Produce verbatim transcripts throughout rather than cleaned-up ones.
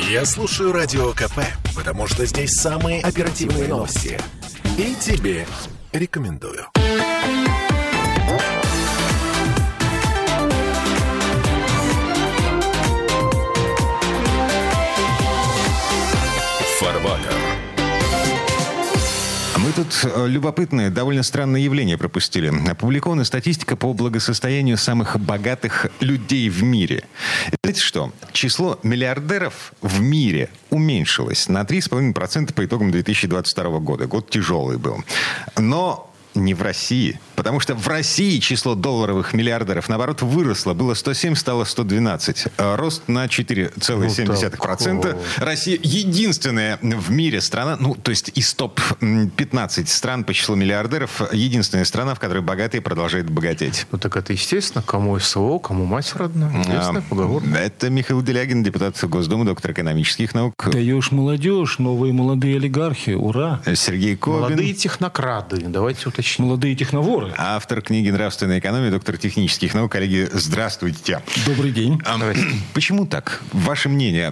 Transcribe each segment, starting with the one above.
Я слушаю Радио КП, потому что здесь самые оперативные новости. И тебе рекомендую. Фарватер. Мы тут любопытное, довольно странное явление пропустили. Опубликована статистика по благосостоянию самых богатых людей в мире. И знаете что? Число миллиардеров в мире уменьшилось на три целых пять десятых процента по итогам две тысячи двадцать второго года. Год тяжелый был. Но не в России. Потому что в России число долларовых миллиардеров, наоборот, выросло. Было сто семь, стало сто двенадцать. Рост на четыре целых семь десятых процента. Вот Россия единственная в мире страна, ну, то есть из топ пятнадцати стран по числу миллиардеров, единственная страна, в которой богатые продолжают богатеть. Ну, так это естественно. Кому СВО, кому мать родная. Известная поговорка. Это Михаил Делягин, депутат Госдумы, доктор экономических наук. Даешь молодежь, новые молодые олигархи. Ура! Сергей Кобин. Молодые технокрады. Давайте уточним. Молодые техноворы. Автор книги «Нравственная экономия», доктор технических наук. Коллеги, здравствуйте. Добрый день. А, почему так? Ваше мнение?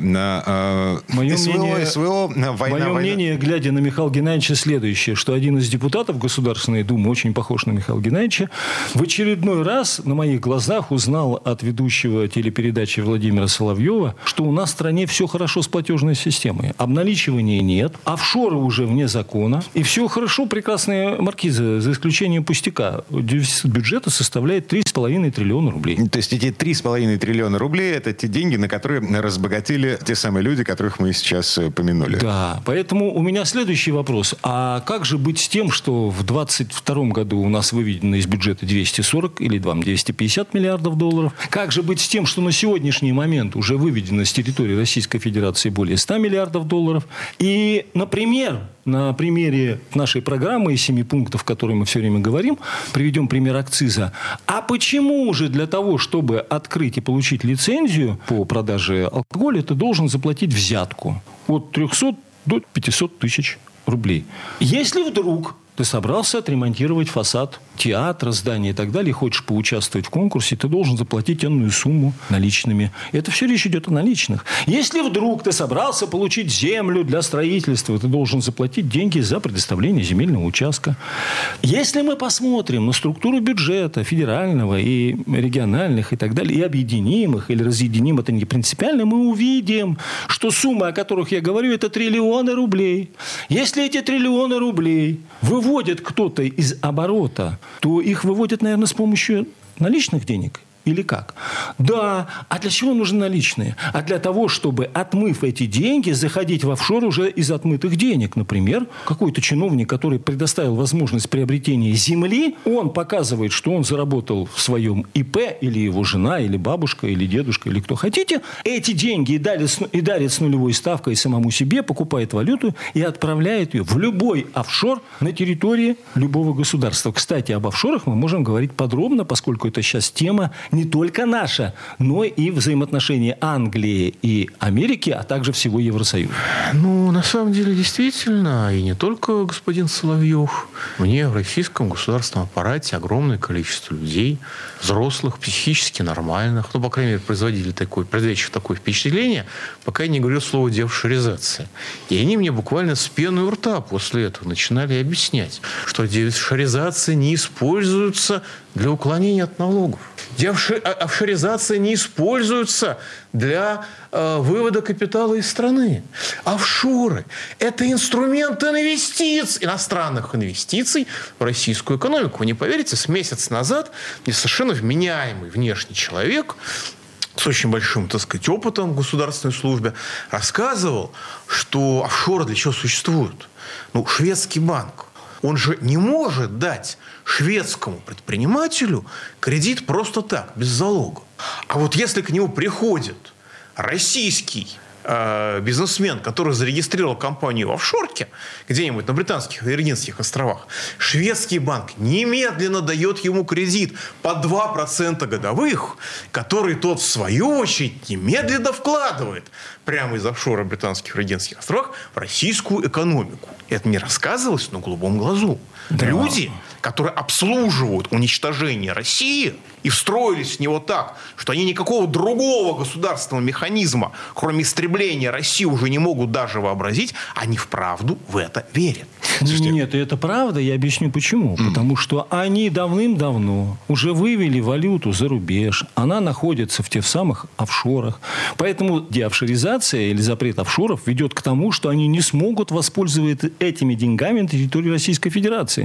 На, э, Мое СВО, мнение, СВО, война, мое война. мнение, глядя на Михаила Геннадьевича, следующее, что один из депутатов Государственной Думы, очень похож на Михаила Геннадьевича, в очередной раз на моих глазах узнал от ведущего телепередачи Владимира Соловьева, что у нас в стране все хорошо с платежной системой. Обналичивания нет, офшоры уже вне закона, и все хорошо, прекрасные маркизы, за исключением пустяка. Дефицит бюджета составляет три с половиной триллиона рублей. То есть эти три с половиной триллиона рублей – это те деньги, на которые разбогатели те самые люди, которых мы сейчас помянули. Да, поэтому у меня следующий вопрос. А как же быть с тем, что в двадцать втором году у нас выведено из бюджета двести сорок или двести пятьдесят миллиардов долларов? Как же быть с тем, что на сегодняшний момент уже выведено с территории Российской Федерации более ста миллиардов долларов? И, например, на примере нашей программы из семи пунктов, о которой мы все время говорим, приведем пример акциза. А почему же для того, чтобы открыть и получить лицензию по продаже алкоголя, ты должен заплатить взятку от трехсот до пятисот тысяч рублей? Если вдруг ты собрался отремонтировать фасад театра, здания и так далее, и хочешь поучаствовать в конкурсе, ты должен заплатить энную сумму наличными. Это все речь идет о наличных. Если вдруг ты собрался получить землю для строительства, ты должен заплатить деньги за предоставление земельного участка. Если мы посмотрим на структуру бюджета федерального и региональных и так далее, и объединим их или разъединим, это не принципиально, мы увидим, что суммы, о которых я говорю, это триллионы рублей. Если эти триллионы рублей выводит кто-то из оборота, то их выводят, наверное, с помощью наличных денег. Или как? Да. А для чего нужны наличные? А для того, чтобы, отмыв эти деньги, заходить в офшор уже из отмытых денег. Например, какой-то чиновник, который предоставил возможность приобретения земли, он показывает, что он заработал в своем ИП, или его жена, или бабушка, или дедушка, или кто хотите. Эти деньги и дарит, и дарит с нулевой ставкой самому себе, покупает валюту и отправляет ее в любой офшор на территории любого государства. Кстати, об офшорах мы можем говорить подробно, поскольку это сейчас тема не только наша, но и взаимоотношения Англии и Америки, а также всего Евросоюза. Ну, на самом деле, действительно, и не только господин Соловьев. Мне в российском государственном аппарате огромное количество людей, взрослых, психически нормальных, ну, по крайней мере, производили такое, производящих такое впечатление, пока я не говорил слово «деофшоризация». И они мне буквально с пеной у рта после этого начинали объяснять, что деофшоризация не используется для уклонения от налогов. Офшоризация не используется для э, вывода капитала из страны. Офшоры – это инструмент инвестиций, иностранных инвестиций в российскую экономику. Вы не поверите, с месяц назад мне совершенно вменяемый внешний человек с очень большим, так сказать, опытом в государственной службе рассказывал, что офшоры для чего существуют. Ну, шведский банк, он же не может дать шведскому предпринимателю кредит просто так, без залога. А вот если к нему приходит российский э, бизнесмен, который зарегистрировал компанию в офшорке, где-нибудь на Британских и Виргинских островах, шведский банк немедленно дает ему кредит по два процента годовых, который тот, в свою очередь, немедленно вкладывает прямо из офшора Британских и Виргинских островах в российскую экономику. Это не рассказывалось на голубом глазу. Да. Люди, которые обслуживают уничтожение России и встроились в него так, что они никакого другого государственного механизма, кроме истребления явление России уже не могут даже вообразить, они вправду в это верят. Слушайте. Нет, это правда, я объясню почему. Mm. Потому что они давным-давно уже вывели валюту за рубеж. Она находится в тех самых офшорах. Поэтому деофшоризация или запрет офшоров ведет к тому, что они не смогут воспользоваться этими деньгами на территории Российской Федерации.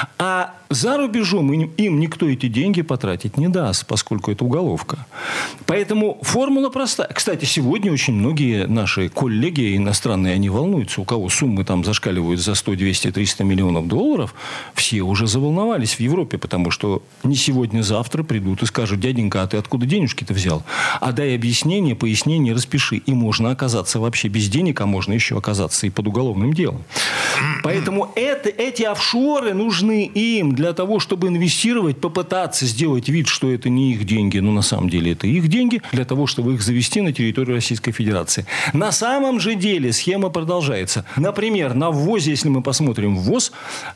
А за рубежом им, им никто эти деньги потратить не даст, поскольку это уголовка. Поэтому формула простая. Кстати, сегодня очень многие наши коллеги иностранные, они волнуются. У кого суммы там зашкаливают за сто, двести, триста миллионов долларов, все уже заволновались в Европе, потому что не сегодня-завтра придут и скажут: дяденька, а ты откуда денежки-то взял? А дай объяснение, пояснение, распиши. И можно оказаться вообще без денег, а можно еще оказаться и под уголовным делом. Поэтому это, эти офшоры нужны им для того, чтобы инвестировать, попытаться сделать вид, что это не их деньги, но на самом деле это их деньги, для того, чтобы их завести на территорию Российской Федерации. На самом же деле схема продолжается. Например, на ввозе, если мы посмотрим ввоз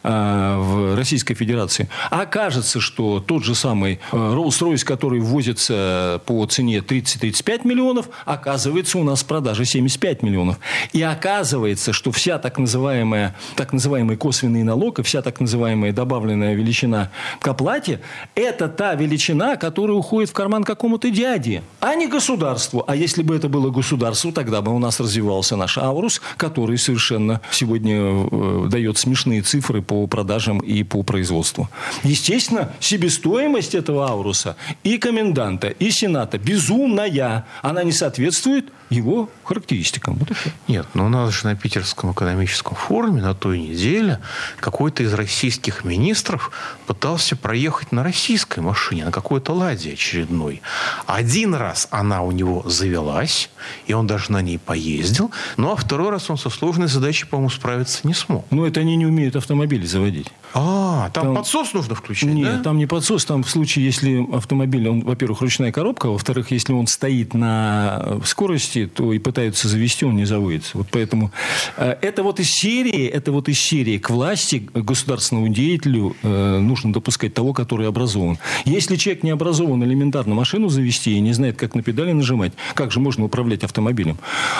э, в Российской Федерации, окажется, что тот же самый э, Rolls-Royce, который ввозится по цене тридцать-тридцать пять миллионов, оказывается у нас в продаже семьдесят пять миллионов. И оказывается, что вся так называемая, так называемый косвенный налог и вся так называемая добавленная величина к оплате – это та величина, которая уходит в карман какому-то дяде, а не государству. А если бы это было государство, тогда бы у нас развивался наш Аурус, который совершенно сегодня э, дает смешные цифры по продажам и по производству. Естественно, себестоимость этого Ауруса и коменданта, и сената безумная. Она не соответствует его характеристикам. Вот Нет, но у нас же на Питерском экономическом форуме на той неделе какой-то из российских министров пытался проехать на российской машине, на какой-то «Ладе» очередной. Один раз она у него завелась, и он даже на ней поездил, ну а второй раз он со сложной задачей, по-моему, справиться не смог. Ну, это они не умеют автомобили заводить. А, там, там подсос нужно включить, Нет, да? там не подсос. Там в случае, если автомобиль, он, во-первых, ручная коробка, во-вторых, если он стоит на скорости, то и пытаются завести, он не заводится. Вот поэтому э, это вот из серии, это вот из серии к власти, к государственному деятелю э, нужно допускать того, который образован. Если человек не образован элементарно машину завести и не знает, как на педали нажимать, как же можно управлять автомобилем?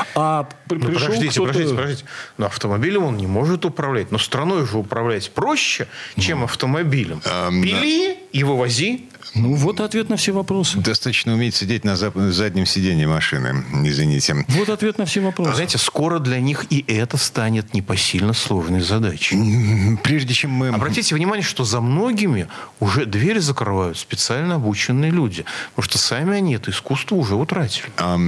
А при, ну, пришел подождите, кто-то... подождите, подождите. Но автомобилем он не может управлять. Но страной же управлять проще, чем ну. автомобилем. Um, Пили и вывози. Ну, вот ответ на все вопросы. Достаточно уметь сидеть на заднем сиденье машины. Извините. Вот ответ на все вопросы. А знаете, скоро для них и это станет непосильно сложной задачей. Прежде чем мы... Обратите внимание, что за многими уже двери закрывают специально обученные люди. Потому что сами они это искусство уже утратили.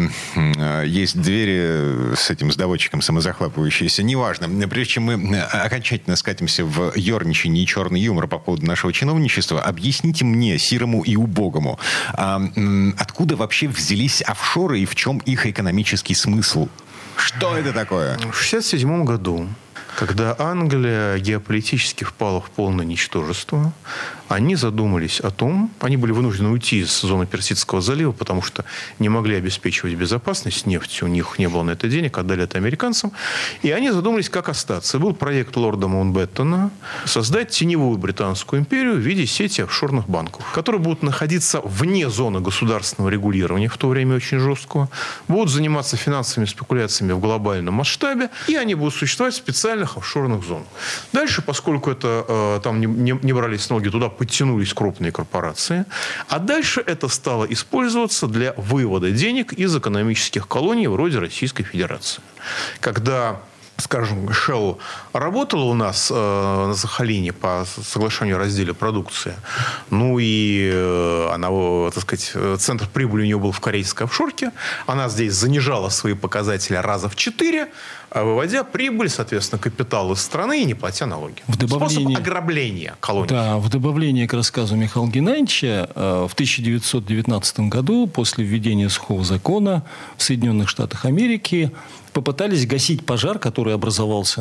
Есть двери с этим, с доводчиком самозахлапывающиеся. Неважно. Прежде чем мы окончательно скатимся в ерничание и черный юмор по поводу нашего чиновничества, объясните мне, сирому и убогому, а, откуда вообще взялись офшоры и в чем их экономический смысл? Что это такое? В шестьдесят седьмом году, когда Англия геополитически впала в полное ничтожество, они задумались о том, они были вынуждены уйти из зоны Персидского залива, потому что не могли обеспечивать безопасность нефтью, у них не было на это денег, отдали это американцам, и они задумались, как остаться. Был проект лорда Маунтбеттона создать теневую британскую империю в виде сети офшорных банков, которые будут находиться вне зоны государственного регулирования, в то время очень жесткого, будут заниматься финансовыми спекуляциями в глобальном масштабе, и они будут существовать в специальных офшорных зонах. Дальше, поскольку это, э, там не, не, не брались ноги, туда подтянулись крупные корпорации. А дальше это стало использоваться для вывода денег из экономических колоний вроде Российской Федерации. Когда, скажем, Shell работала у нас э, на Сахалине по соглашению о разделе продукции, ну и э, она, так сказать, центр прибыли у нее был в корейской офшорке, она здесь занижала свои показатели раза в четыре, выводя прибыль, соответственно, капитал из страны и не платя налоги. В добавлении... Способ ограбления колоний. Да, в добавлении к рассказу Михаила Геннадьевича, в тысяча девятьсот девятнадцатом году, после введения сухого закона в Соединенных Штатах Америки, попытались гасить пожар, который образовался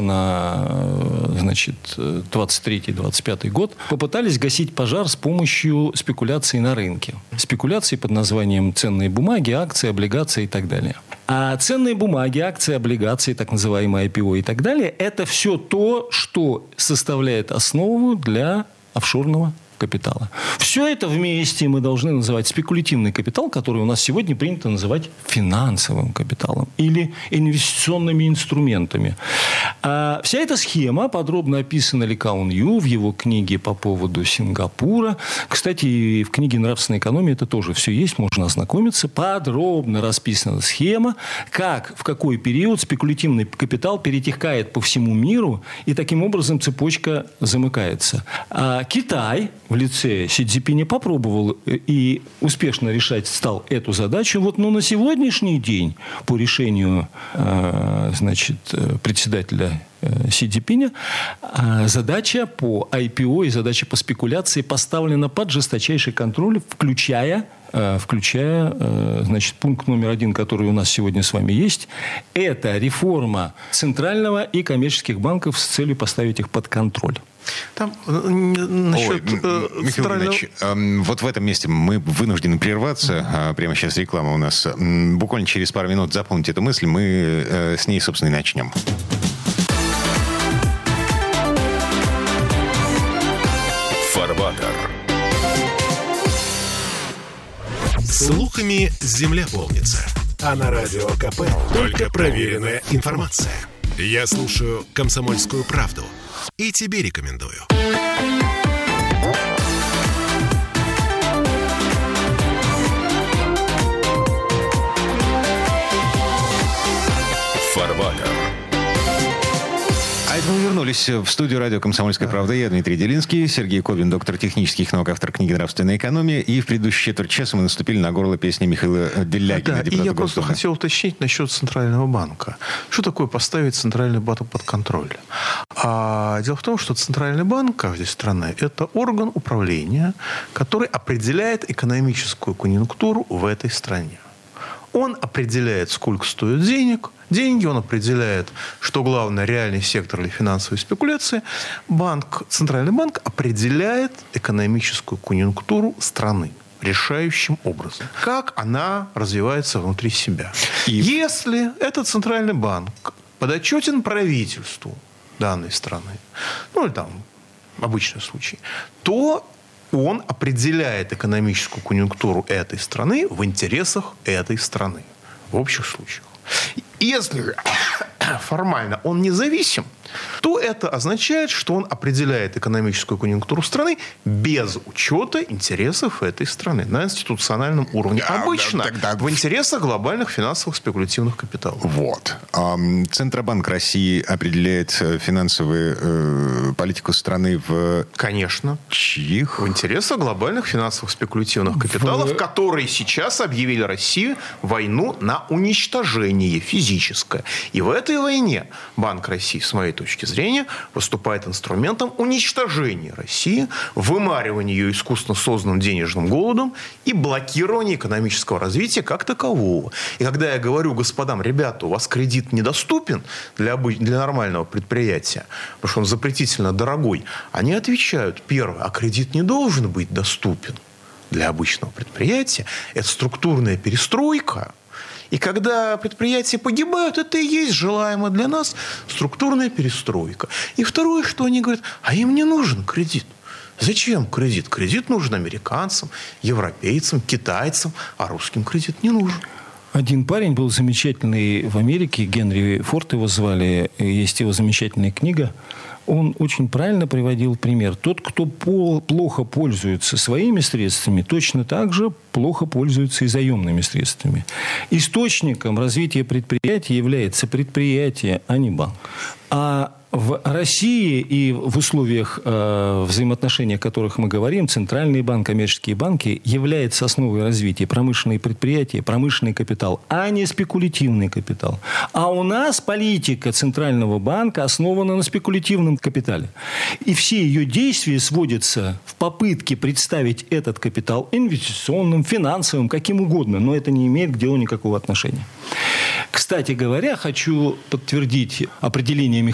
на, значит, двадцать третий - двадцать пятый год. Попытались гасить пожар с помощью спекуляций на рынке. Спекуляции под названием ценные бумаги, акции, облигации и так далее. А ценные бумаги, акции, облигации, так называемые ай пи о и так далее, это все то, что составляет основу для офшорного капитала. Все это вместе мы должны называть спекулятивный капитал, который у нас сегодня принято называть финансовым капиталом или инвестиционными инструментами. А вся эта схема подробно описана Ли Каун Ю в его книге по поводу Сингапура. Кстати, и в книге «Нравственная экономия» это тоже все есть, можно ознакомиться. Подробно расписана схема, как, в какой период спекулятивный капитал перетекает по всему миру, и таким образом цепочка замыкается. А Китай в лице Си Цзиньпиня попробовал и успешно решать стал эту задачу. Вот, но на сегодняшний день по решению э, значит, председателя Си Цзиньпиня задача по ай пи о и задача по спекуляции поставлена под жесточайший контроль, включая, включая значит, пункт номер один, который у нас сегодня с вами есть. Это реформа центрального и коммерческих банков с целью поставить их под контроль. Там насчет Ой, э, Михаил центрального... Ильич, э, вот в этом месте мы вынуждены прерваться. Mm-hmm. Прямо сейчас реклама у нас. Буквально через пару минут запомните эту мысль. Мы э, с ней, собственно, и начнем. Фарватер. Слухами земля полнится. А на радио ка пэ только проверенная информация. Я слушаю «Комсомольскую правду» и тебе рекомендую. Фарватер. А это мы вернулись в студию радио «Комсомольская правда». Я Дмитрий Делинский, Сергей Кобин, доктор технических наук, автор книги «Нравственная экономия». И в предыдущие четверть часа мы наступили на горло песни Михаила Делягина. Да, и я просто хотел уточнить насчет Центрального банка. Что такое поставить Центральный банк под контроль? А, дело в том, что Центральный банк каждой страны – это орган управления, который определяет экономическую конъюнктуру в этой стране. Он определяет, сколько стоит денег, деньги, он определяет, что главное, реальный сектор или финансовые спекуляции. Банк, Центральный банк определяет экономическую конъюнктуру страны решающим образом. Как она развивается внутри себя. И... Если этот Центральный банк подотчетен правительству данной страны, ну или там обычный случай, то он определяет экономическую конъюнктуру этой страны в интересах этой страны. В общих случаях. Если же формально он независим, то это означает, что он определяет экономическую конъюнктуру страны без учета интересов этой страны на институциональном уровне. Обычно тогда... в интересах глобальных финансовых спекулятивных капиталов. Вот. Центробанк России определяет финансовую э, политику страны в... Конечно. Чьих? В интересах глобальных финансовых спекулятивных капиталов, в... которые сейчас объявили России войну на уничтожение физическое. И в этой войне Банк России, с моей точки зрения, выступает инструментом уничтожения России, вымаривания ее искусственно созданным денежным голодом и блокирования экономического развития как такового. И когда я говорю господам, ребята, у вас кредит недоступен для, для нормального предприятия, потому что он запретительно дорогой, они отвечают, первое, а кредит не должен быть доступен для обычного предприятия. Это структурная перестройка. И когда предприятия погибают, это и есть желаемая для нас структурная перестройка. И второе, что они говорят, а им не нужен кредит. Зачем кредит? Кредит нужен американцам, европейцам, китайцам, а русским кредит не нужен. Один парень был замечательный в Америке, Генри Форд его звали, есть его замечательная книга. Он очень правильно приводил пример. Тот, кто плохо пользуется своими средствами, точно так же плохо пользуется и заемными средствами. Источником развития предприятия является предприятие, а не банк. А в России и в условиях э, взаимоотношений, о которых мы говорим, Центральный банк, коммерческие банки являются основой развития промышленные предприятия, промышленный капитал, а не спекулятивный капитал. А у нас политика Центрального банка основана на спекулятивном капитале. И все ее действия сводятся в попытке представить этот капитал инвестиционным, финансовым, каким угодно, но это не имеет к делу никакого отношения. Кстати говоря, хочу подтвердить определение Михаила Геннадьевича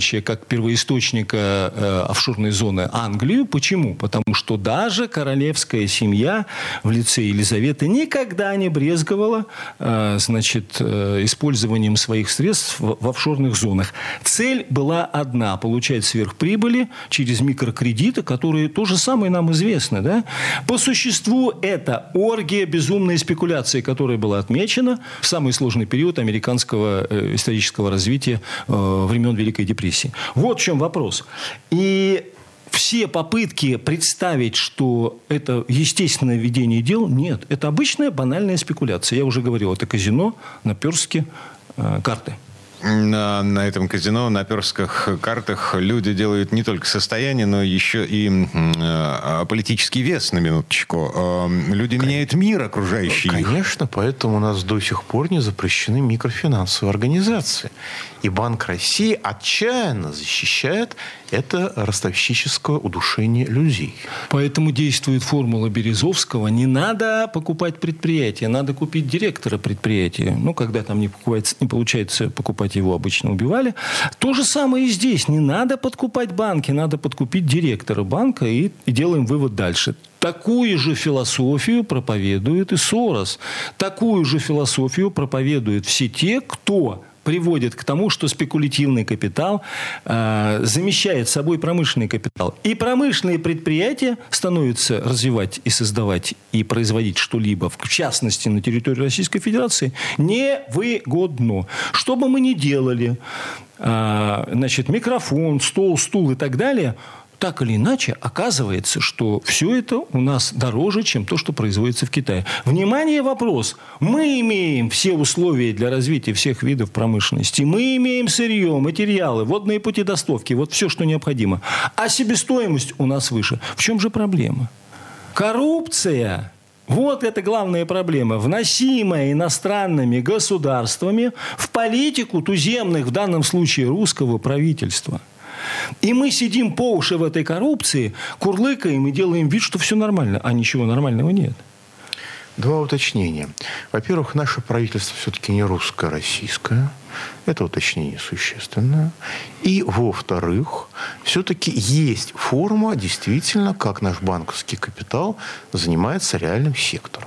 Гнайча как первоисточника э, офшорной зоны Англию. Почему? Потому что даже королевская семья в лице Елизаветы никогда не брезговала э, значит, э, использованием своих средств в, в офшорных зонах. Цель была одна – получать сверхприбыли через микрокредиты, которые то же самое нам известно. Да? По существу это оргия безумной спекуляции, которая была отмечена в самый сложный период американского э, исторического развития э, времен Великой депрессии. Вот в чем вопрос. И все попытки представить, что это естественное ведение дел, нет. Это обычная банальная спекуляция. Я уже говорил, это казино, наперстки, э, карты. На, на этом казино, на перских картах люди делают не только состояние, но еще и э, политический вес, на минуточку. Э, люди Кон... меняют мир окружающий. Конечно, их. Поэтому у нас до сих пор не запрещены микрофинансовые организации. И Банк России отчаянно защищает это ростовщическое удушение людей. Поэтому действует формула Березовского. Не надо покупать предприятие, надо купить директора предприятия. Ну, когда там не, покупается, не получается покупать его, обычно убивали. То же самое и здесь. Не надо подкупать банки, надо подкупить директора банка, и, и делаем вывод дальше. Такую же философию проповедует и Сорос. Такую же философию проповедуют все те, кто приводит к тому, что спекулятивный капитал э, замещает собой промышленный капитал. И промышленные предприятия становятся развивать и создавать и производить что-либо, в частности, на территории Российской Федерации, невыгодно. Что бы мы ни делали, э, значит, микрофон, стол, стул и так далее, так или иначе, оказывается, что все это у нас дороже, чем то, что производится в Китае. Внимание, вопрос. Мы имеем все условия для развития всех видов промышленности. Мы имеем сырье, материалы, водные пути доставки. Вот все, что необходимо. А себестоимость у нас выше. В чем же проблема? Коррупция. Вот это главная проблема, вносимая иностранными государствами в политику туземных, в данном случае русского правительства. И мы сидим по уши в этой коррупции, курлыкаем и делаем вид, что все нормально, а ничего нормального нет. Два уточнения. Во-первых, наше правительство все-таки не русское, а российское. Это уточнение существенное. И, во-вторых, все-таки есть форма, действительно, как наш банковский капитал занимается реальным сектором.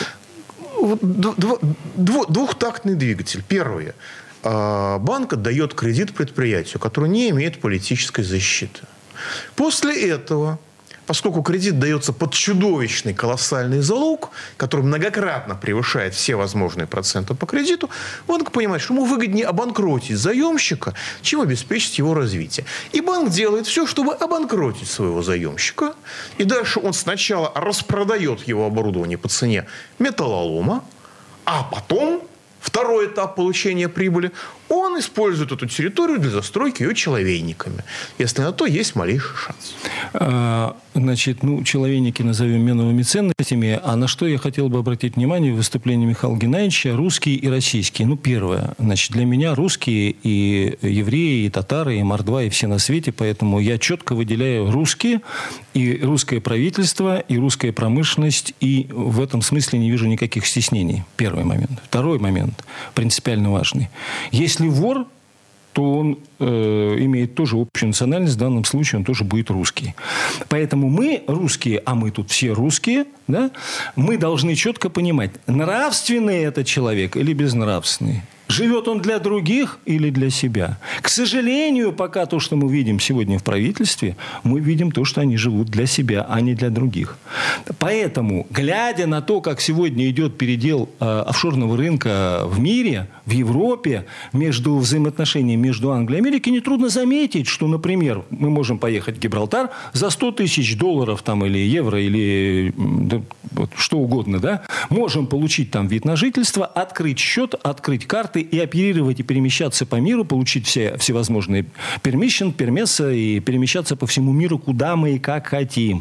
Двухтактный двигатель. Первое. Банк отдает кредит предприятию, которое не имеет политической защиты. После этого, поскольку кредит дается под чудовищный колоссальный залог, который многократно превышает все возможные проценты по кредиту, банк понимает, что ему выгоднее обанкротить заемщика, чем обеспечить его развитие. И банк делает все, чтобы обанкротить своего заемщика. И дальше он сначала распродает его оборудование по цене металлолома, а потом... Второй этап получения прибыли. Он использует эту территорию для застройки ее человейниками. Если на то есть малейший шанс. А, значит, ну, человейники назовем меновыми ценностями. А на что я хотел бы обратить внимание в выступлении Михаила Геннадьевича? Русские и российские. Ну, первое. Значит, для меня русские и евреи, и татары, и мордва, и все на свете. Поэтому я четко выделяю русские, и русское правительство, и русская промышленность. И в этом смысле не вижу никаких стеснений. Первый момент. Второй момент, принципиально важный. Если вор, то он э, имеет тоже общую национальность, в данном случае он тоже будет русский. Поэтому мы русские, а мы тут все русские, да, мы должны четко понимать, нравственный это человек или безнравственный. Живет он для других или для себя? К сожалению, пока то, что мы видим сегодня в правительстве, мы видим то, что они живут для себя, а не для других. Поэтому, глядя на то, как сегодня идет передел э, офшорного рынка в мире, в Европе, между взаимоотношениями между Англией и Америкой, нетрудно заметить, что, например, мы можем поехать в Гибралтар за сто тысяч долларов там, или евро, или да, вот, что угодно, да, можем получить там вид на жительство, открыть счет, открыть карты, и оперировать, и перемещаться по миру, получить все всевозможные пермиссион, пермесса и перемещаться по всему миру, куда мы и как хотим.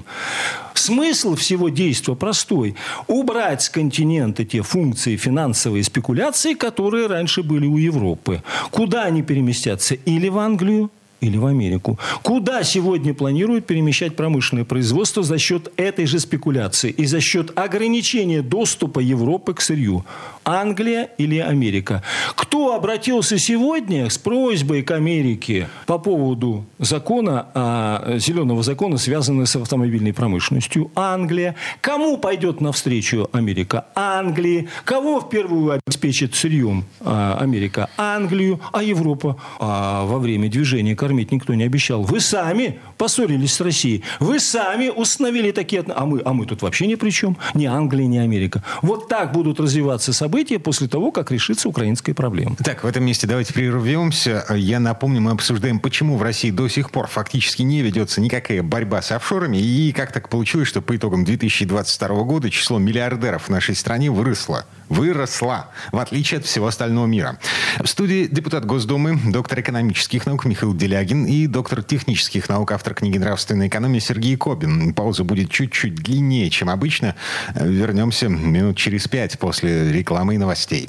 Смысл всего действия простой. Убрать с континента те функции финансовой спекуляции, которые раньше были у Европы. Куда они переместятся? Или в Англию, или в Америку. Куда сегодня планируют перемещать промышленное производство за счет этой же спекуляции и за счет ограничения доступа Европы к сырью? Англия или Америка? Кто обратился сегодня с просьбой к Америке по поводу закона, а, зеленого закона, связанного с автомобильной промышленностью? Англия. Кому пойдет навстречу Америка? Англии. Кого в первую обеспечит сырьем а, Америка? Англию. А Европа? А во время движения кормить никто не обещал. Вы сами поссорились с Россией. Вы сами установили такие отношения. А мы, а мы тут вообще ни при чем. Ни Англия, ни Америка. Вот так будут развиваться события после того, как решится украинская проблема. Так, в этом месте давайте прервемся. Я напомню, мы обсуждаем, почему в России до сих пор фактически не ведется никакая борьба с офшорами. И как так получилось, что по итогам две тысячи двадцать второго года число миллиардеров в нашей стране выросло. Выросло, в отличие от всего остального мира. В студии депутат Госдумы, доктор экономических наук Михаил Делягин и доктор технических наук, автор книги «Нравственная экономия» Сергей Кобин. Пауза будет чуть-чуть длиннее, чем обычно. Вернемся минут через пять после рекламы и новостей.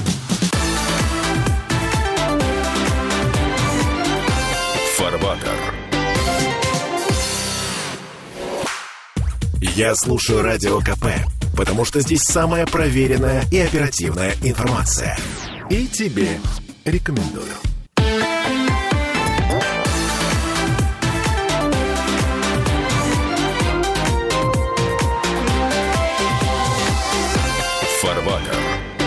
Фарватер. Я слушаю Радио КП, потому что здесь самая проверенная и оперативная информация. И тебе рекомендую. Фарватер.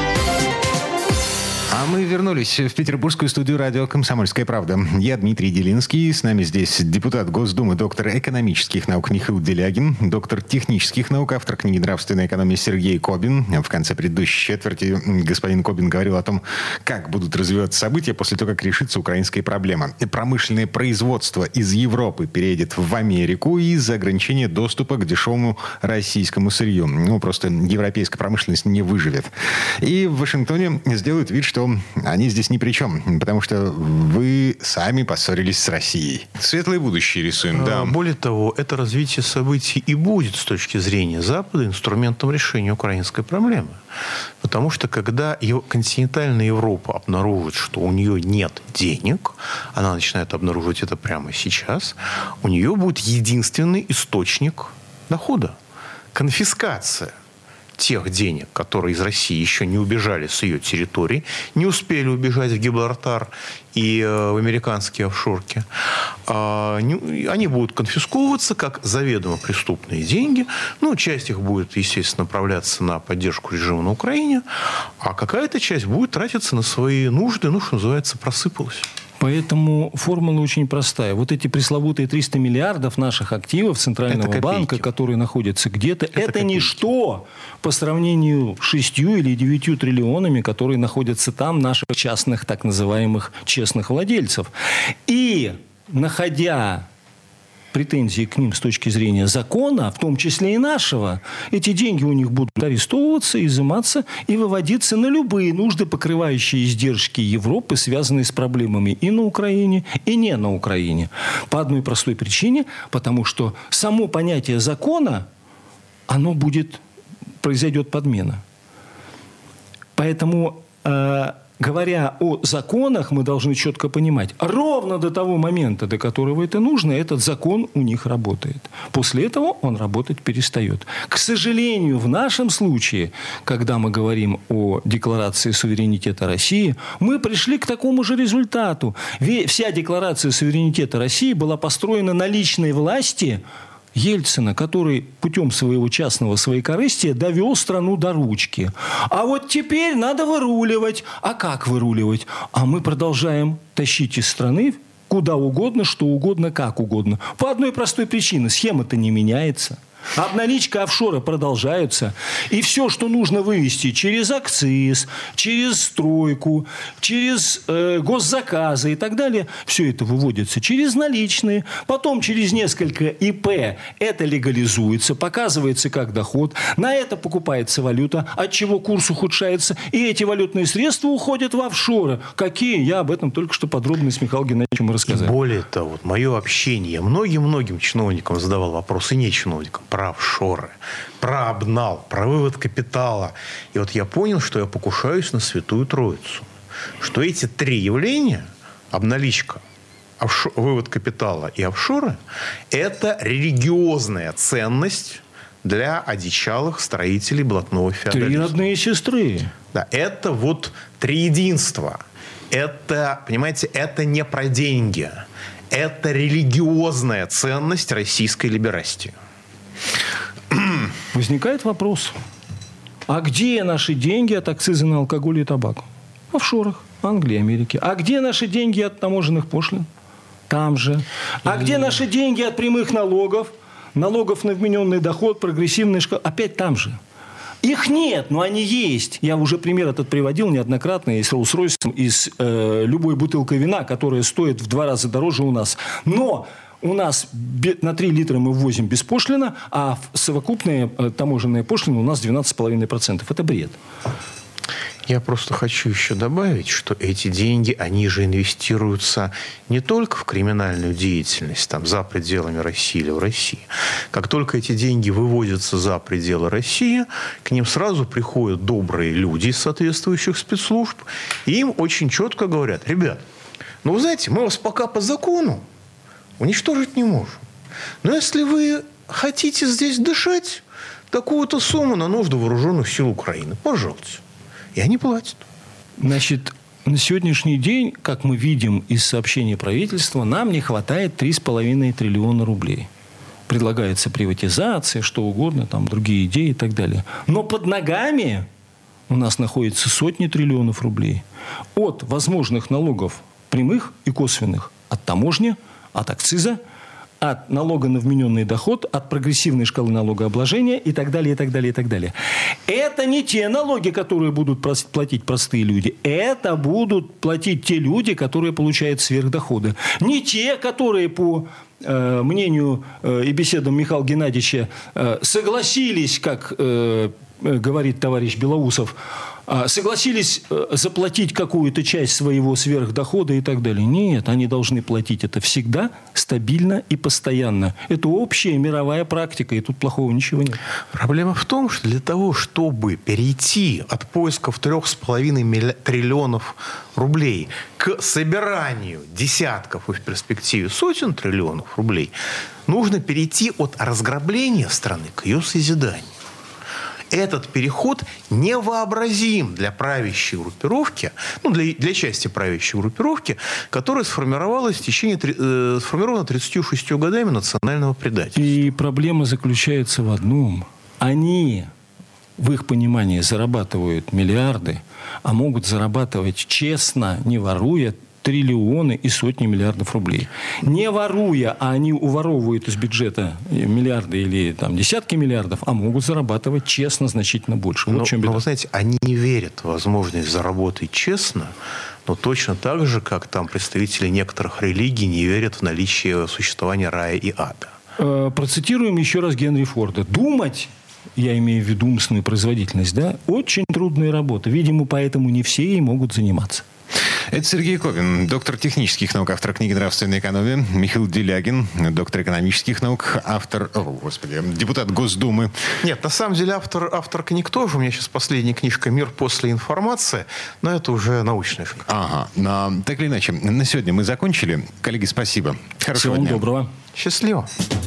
А мы вернулись в петербургскую студию радио «Комсомольская правда». Я Дмитрий Делинский. С нами здесь депутат Госдумы, доктор экономических наук Михаил Делягин, доктор технических наук, автор книги «Нравственная экономия» Сергей Кобин. В конце предыдущей четверти господин Кобин говорил о том, как будут развиваться события после того, как решится украинская проблема. Промышленное производство из Европы переедет в Америку из-за ограничения доступа к дешевому российскому сырью. Ну, просто европейская промышленность не выживет. И в Вашингтоне сделают вид, что они здесь ни при чем, потому что вы сами поссорились с Россией. Светлое будущее рисуем, да. Более того, это развитие событий и будет с точки зрения Запада инструментом решения украинской проблемы. Потому что когда континентальная Европа обнаружит, что у нее нет денег, она начинает обнаруживать это прямо сейчас, у нее будет единственный источник дохода – конфискация тех денег, которые из России еще не убежали с ее территории, не успели убежать в Гибралтар и э, в американские офшорки. А, не, они будут конфисковываться как заведомо преступные деньги. Ну, часть их будет, естественно, направляться на поддержку режима на Украине, а какая-то часть будет тратиться на свои нужды, ну, что называется, просыпалась. Поэтому формула очень простая. Вот эти пресловутые триста миллиардов наших активов Центрального банка, которые находятся где-то, это, это ничто по сравнению с шестью или девятью триллионами, которые находятся там, наших частных, так называемых, честных владельцев. И, находя претензии к ним с точки зрения закона, в том числе и нашего, эти деньги у них будут арестовываться, изыматься и выводиться на любые нужды, покрывающие издержки Европы, связанные с проблемами и на Украине, и не на Украине. По одной простой причине, потому что само понятие закона, оно будет, произойдет подмена. Поэтому... Э, Говоря о законах, мы должны четко понимать, ровно до того момента, до которого это нужно, этот закон у них работает. После этого он работать перестает. К сожалению, в нашем случае, когда мы говорим о декларации суверенитета России, мы пришли к такому же результату. Вся декларация суверенитета России была построена на личной власти Ельцина, который путем своего частного своекорыстия довел страну до ручки. А вот теперь надо выруливать. А как выруливать? А мы продолжаем тащить из страны куда угодно, что угодно, как угодно. По одной простой причине. Схема-то не меняется. Обналичка офшора продолжаются. И все, что нужно вывести через акциз, через стройку, через э, госзаказы и так далее, все это выводится через наличные. Потом через несколько ИП это легализуется, показывается как доход. На это покупается валюта, от чего курс ухудшается. И эти валютные средства уходят в офшоры. Какие? Я об этом только что подробно с Михаилом Геннадьевичем рассказал. И более того, вот мое общение многим-многим чиновникам задавал вопросы, не чиновникам, про офшоры, про обнал, про вывод капитала. И вот я понял, что я покушаюсь на Святую Троицу. Что эти три явления, обналичка, офшор, вывод капитала и офшоры – это религиозная ценность для одичалых строителей блатного феодализма. Три родные сестры. Да, это вот триединство. Это, понимаете, это не про деньги. Это религиозная ценность российской либерастии. Возникает вопрос. А где наши деньги от акциза на алкоголь и табак? В офшорах Англии, Америки. А где наши деньги от таможенных пошлин? Там же. А и... где наши деньги от прямых налогов? Налогов на вмененный доход, прогрессивный шкала? Опять там же. Их нет, но они есть. Я уже пример этот приводил неоднократно и с Роллс-Ройсом, и с э, любой бутылкой вина, которая стоит в два раза дороже у нас. Но у нас на три литра мы ввозим беспошлино, а совокупные э, таможенные пошлины у нас двенадцать целых пять десятых процента. Это бред. Я просто хочу еще добавить, что эти деньги, они же инвестируются не только в криминальную деятельность там, за пределами России или в России. Как только эти деньги выводятся за пределы России, к ним сразу приходят добрые люди из соответствующих спецслужб, и им очень четко говорят: ребят, ну вы знаете, мы вас пока по закону уничтожить не можем. Но если вы хотите здесь дышать, такую-то сумму на нужды вооруженных сил Украины, пожалуйста. И они платят. Значит, на сегодняшний день, как мы видим из сообщений правительства, нам не хватает три с половиной триллиона рублей. Предлагается приватизация, что угодно, там другие идеи и так далее. Но под ногами у нас находится сотни триллионов рублей. От возможных налогов прямых и косвенных. От таможни, от акциза, от налога на вмененный доход, от прогрессивной шкалы налогообложения и так далее, и так далее, и так далее. Это не те налоги, которые будут платить простые люди. Это будут платить те люди, которые получают сверхдоходы. Не те, которые, по э, мнению э, и беседам Михаила Геннадьевича, э, согласились, как э, говорит товарищ Белоусов, согласились заплатить какую-то часть своего сверхдохода и так далее. Нет, они должны платить это всегда, стабильно и постоянно. Это общая мировая практика, и тут плохого ничего нет. Проблема в том, что для того, чтобы перейти от поисков трех с половиной триллионов рублей к собиранию десятков и в перспективе сотен триллионов рублей, нужно перейти от разграбления страны к ее созиданию. Этот переход невообразим для правящей группировки, ну, для, для части правящей группировки, которая сформировалась в течение, э, сформирована тридцатью шестью годами национального предательства. И проблема заключается в одном. Они, в их понимании, зарабатывают миллиарды, а могут зарабатывать честно, не воруя, триллионы и сотни миллиардов рублей. Не воруя, а они уворовывают из бюджета миллиарды или там, десятки миллиардов, а могут зарабатывать честно значительно больше. Но, вот но вы знаете, они не верят в возможность заработать честно, но точно так же, как там представители некоторых религий не верят в наличие существования рая и ада. Э, процитируем еще раз Генри Форда. Думать, я имею в виду умственную производительность, да, очень трудная работа. Видимо, поэтому не все и могут заниматься. Это Сергей Ковин, доктор технических наук, автор книги «Нравственная экономия». Михаил Делягин, доктор экономических наук, автор, о, господи, депутат Госдумы. Нет, на самом деле автор, автор книг тоже. У меня сейчас последняя книжка «Мир после информации», но это уже научная школа. Ага, но так или иначе, на сегодня мы закончили. Коллеги, спасибо. Хорошего Всего дня. доброго. Счастливо.